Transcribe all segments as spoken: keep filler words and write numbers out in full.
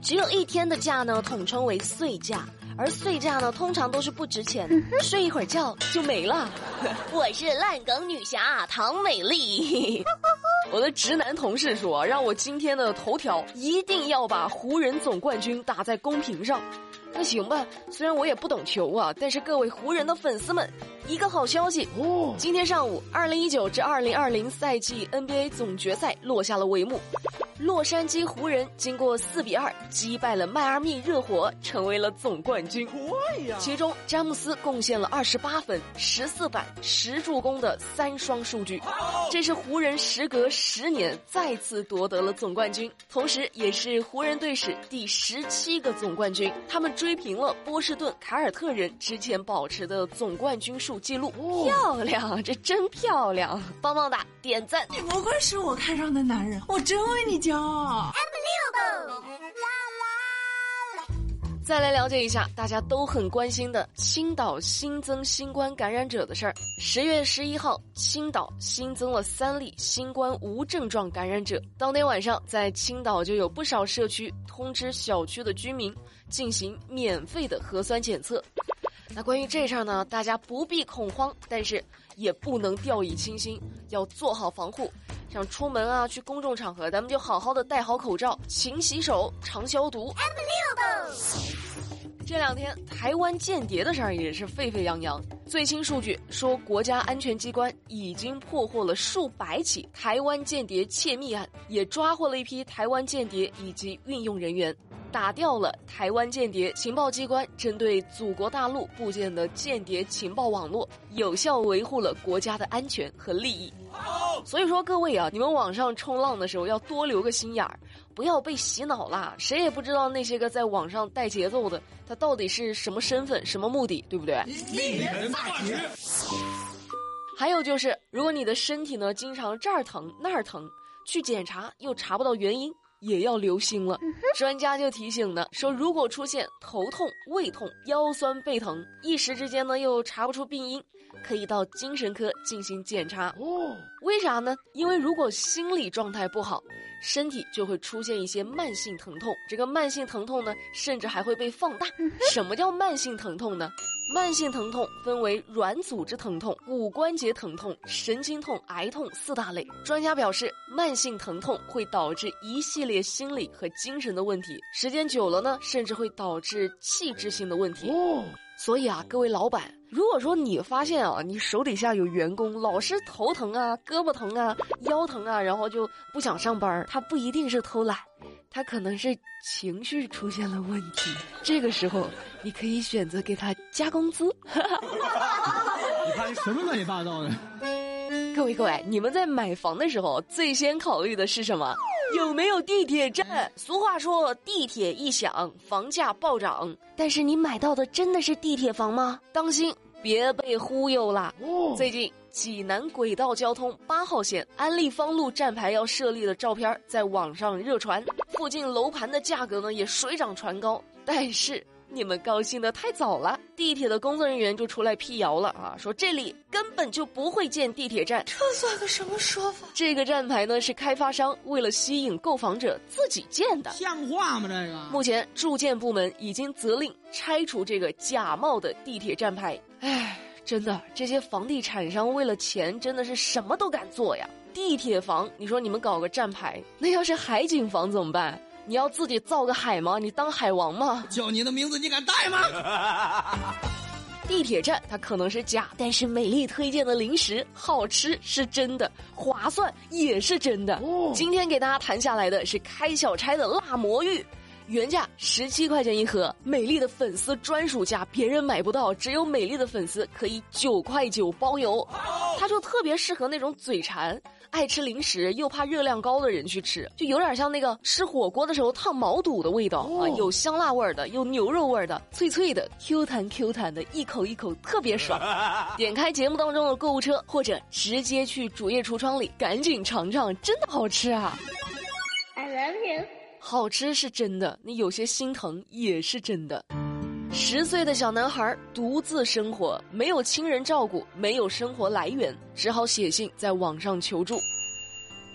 只有一天的假呢，统称为岁假，而岁假呢，通常都是不值钱，睡一会儿觉就没了。我是烂梗女侠唐美丽。我的直男同事说，让我今天的头条一定要把湖人总冠军打在公屏上。那行吧，虽然我也不懂球啊，但是各位湖人的粉丝们，一个好消息哦！今天上午，二零一九至二零二零赛季 N B A 总决赛落下了帷幕。洛杉矶湖人经过四比二击败了迈阿密热火，成为了总冠军。其中詹姆斯贡献了二十八分、十四板、十助攻的三双数据，这是湖人时隔十年再次夺得了总冠军，同时也是湖人队史第十七个总冠军。他们追平了波士顿凯尔特人之前保持的总冠军数记录。漂亮，这真漂亮！棒棒哒，点赞！ 你不愧是我看上的男人，我真为你骄傲。 再来了解一下大家都很关心的青岛新增新冠感染者的事儿。十月十一号，青岛新增了三例新冠无症状感染者。当天晚上，在青岛就有不少社区通知小区的居民进行免费的核酸检测。那关于这事儿呢，大家不必恐慌，但是也不能掉以轻心，要做好防护。像出门啊，去公众场合，咱们就好好的戴好口罩，勤洗手，常消毒。这两天台湾间谍的事儿也是沸沸扬扬。最新数据说，国家安全机关已经破获了数百起台湾间谍窃密案，也抓获了一批台湾间谍以及运用人员，打掉了台湾间谍情报机关针对祖国大陆布建的间谍情报网络，有效维护了国家的安全和利益。所以说各位啊，你们网上冲浪的时候要多留个心眼儿，不要被洗脑啦。谁也不知道那些个在网上带节奏的，他到底是什么身份、什么目的，对不对？ 一人大局。 还有就是，如果你的身体呢经常这儿疼那儿疼，去检查又查不到原因，也要留心了。专家就提醒呢，说如果出现头痛、胃痛、腰酸背疼，一时之间呢又查不出病因，可以到精神科进行检查。哦，为啥呢？因为如果心理状态不好，身体就会出现一些慢性疼痛，这个慢性疼痛呢，甚至还会被放大。什么叫慢性疼痛呢？慢性疼痛分为软组织疼痛、骨关节疼痛、神经痛、癌痛四大类。专家表示，慢性疼痛会导致一系列心理和精神的问题，时间久了呢，甚至会导致器质性的问题。哦，所以啊，各位老板，如果说你发现啊，你手底下有员工老是头疼啊、胳膊疼啊、腰疼啊，然后就不想上班，他不一定是偷懒，他可能是情绪出现了问题。这个时候，你可以选择给他加工资。 你看什么乱七八糟的？ 各位各位，你们在买房的时候最先考虑的是什么？有没有地铁站？俗话说，地铁一响，房价暴涨。但是你买到的真的是地铁房吗？当心，别被忽悠啦！哦，最近济南轨道交通八号线安利方路站牌要设立的照片在网上热传，附近楼盘的价格呢也水涨船高。但是你们高兴得太早了，地铁的工作人员就出来辟谣了啊，说这里根本就不会建地铁站。 这算个什么说法？ 这个站牌呢是开发商为了吸引购房者自己建的， 像话吗？这个目前住建部门已经责令拆除这个假冒的地铁站牌。唉，真的，这些房地产商为了钱真的是什么都敢做呀。地铁房，你说你们搞个站牌，那要是海景房怎么办？你要自己造个海吗？你当海王吗？ 叫你的名字你敢带吗？ 地铁站它可能是假，但是美丽推荐的零食好吃是真的，划算也是真的。哦，今天给大家谈下来的是开小差的辣魔芋，原价十七块钱一盒，美丽的粉丝专属价，别人买不到，只有美丽的粉丝可以九块九包邮。它就特别适合那种嘴馋、爱吃零食又怕热量高的人去吃，就有点像那个吃火锅的时候烫毛肚的味道、哦、啊，有香辣味的，有牛肉味的，脆脆的 Q 弹 Q 弹的，一口一口特别爽。点开节目当中的购物车，或者直接去主页橱窗里赶紧尝尝，真的好吃啊。 I love you。 好吃是真的，你有些心疼也是真的。十岁的小男孩独自生活，没有亲人照顾，没有生活来源，只好写信在网上求助。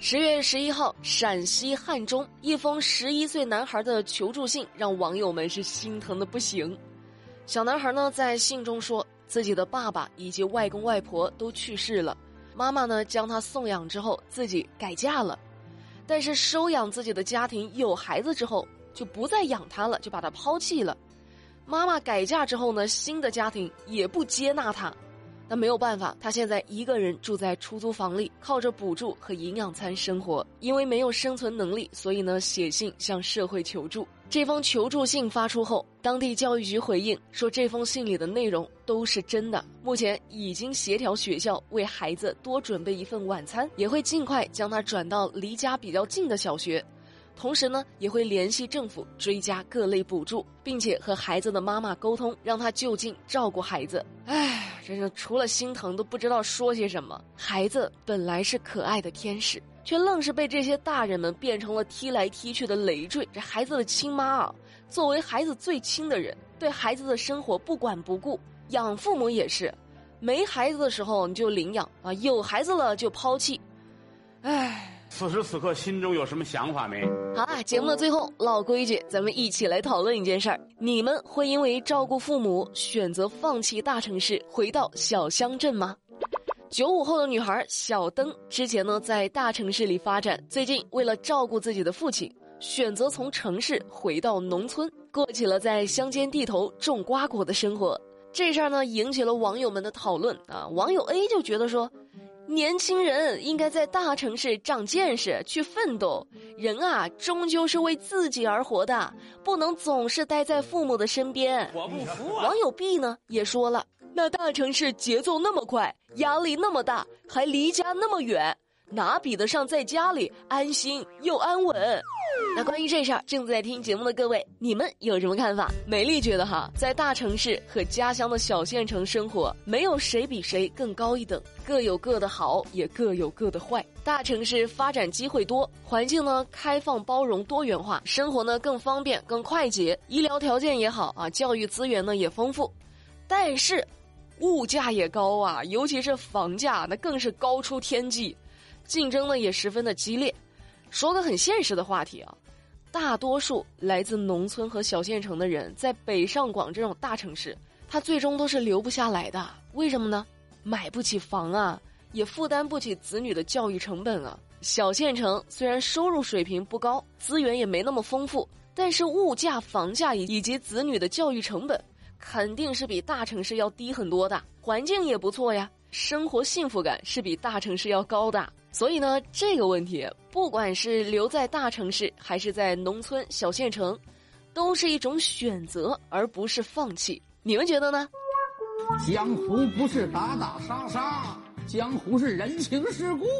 十月十一号，陕西汉中一封十一岁男孩的求助信让网友们是心疼的不行。小男孩呢在信中说，自己的爸爸以及外公外婆都去世了，妈妈呢将他送养之后自己改嫁了，但是收养自己的家庭有孩子之后就不再养他了，就把他抛弃了。妈妈改嫁之后呢，新的家庭也不接纳他。那没有办法，他现在一个人住在出租房里，靠着补助和营养餐生活。因为没有生存能力，所以呢写信向社会求助。这封求助信发出后，当地教育局回应说，这封信里的内容都是真的，目前已经协调学校为孩子多准备一份晚餐，也会尽快将他转到离家比较近的小学。同时呢，也会联系政府追加各类补助，并且和孩子的妈妈沟通，让他就近照顾孩子。唉，真是除了心疼都不知道说些什么。孩子本来是可爱的天使，却愣是被这些大人们变成了踢来踢去的累赘。这孩子的亲妈啊，作为孩子最亲的人，对孩子的生活不管不顾。养父母也是，没孩子的时候你就领养啊，有孩子了就抛弃。唉。 此时此刻心中有什么想法没？ 好啦，节目的最后，老规矩，咱们一起来讨论一件事儿：你们会因为照顾父母选择放弃大城市，回到小乡镇吗？九五后的女孩小登之前呢在大城市里发展，最近为了照顾自己的父亲，选择从城市回到农村，过起了在乡间地头种瓜果的生活。这事儿呢引起了网友们的讨论啊。网友 A 就觉得说，年轻人应该在大城市长见识，去奋斗。人啊，终究是为自己而活的，不能总是待在父母的身边。 我不服啊！ 网友 B 呢也说了，那大城市节奏那么快，压力那么大，还离家那么远，哪比得上在家里安心又安稳？那关于这事儿，正在听节目的各位，你们有什么看法？美丽觉得哈，在大城市和家乡的小县城生活，没有谁比谁更高一等，各有各的好，也各有各的坏。大城市发展机会多，环境呢开放包容多元化，生活呢更方便更快捷，医疗条件也好啊，教育资源呢也丰富。但是物价也高啊，尤其是房价那更是高出天际，竞争呢也十分的激烈。说个很现实的话题啊，大多数来自农村和小县城的人，在北上广这种大城市，他最终都是留不下来的。为什么呢？买不起房啊，也负担不起子女的教育成本啊。小县城虽然收入水平不高，资源也没那么丰富，但是物价、房价以及子女的教育成本，肯定是比大城市要低很多的。环境也不错呀，生活幸福感是比大城市要高的。所以呢，这个问题不管是留在大城市还是在农村小县城，都是一种选择，而不是放弃。你们觉得呢？ 江湖不是打打杀杀，江湖是人情世故。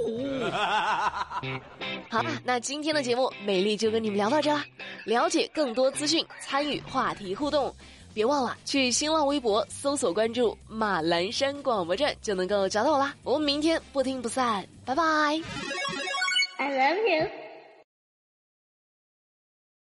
好吧，那今天的节目美丽就跟你们聊到这啦。了解更多资讯，参与话题互动，别忘了去新浪微博搜索关注马栏山广播站，就能够找到我啦。我们明天不听不散，拜拜。 I love you.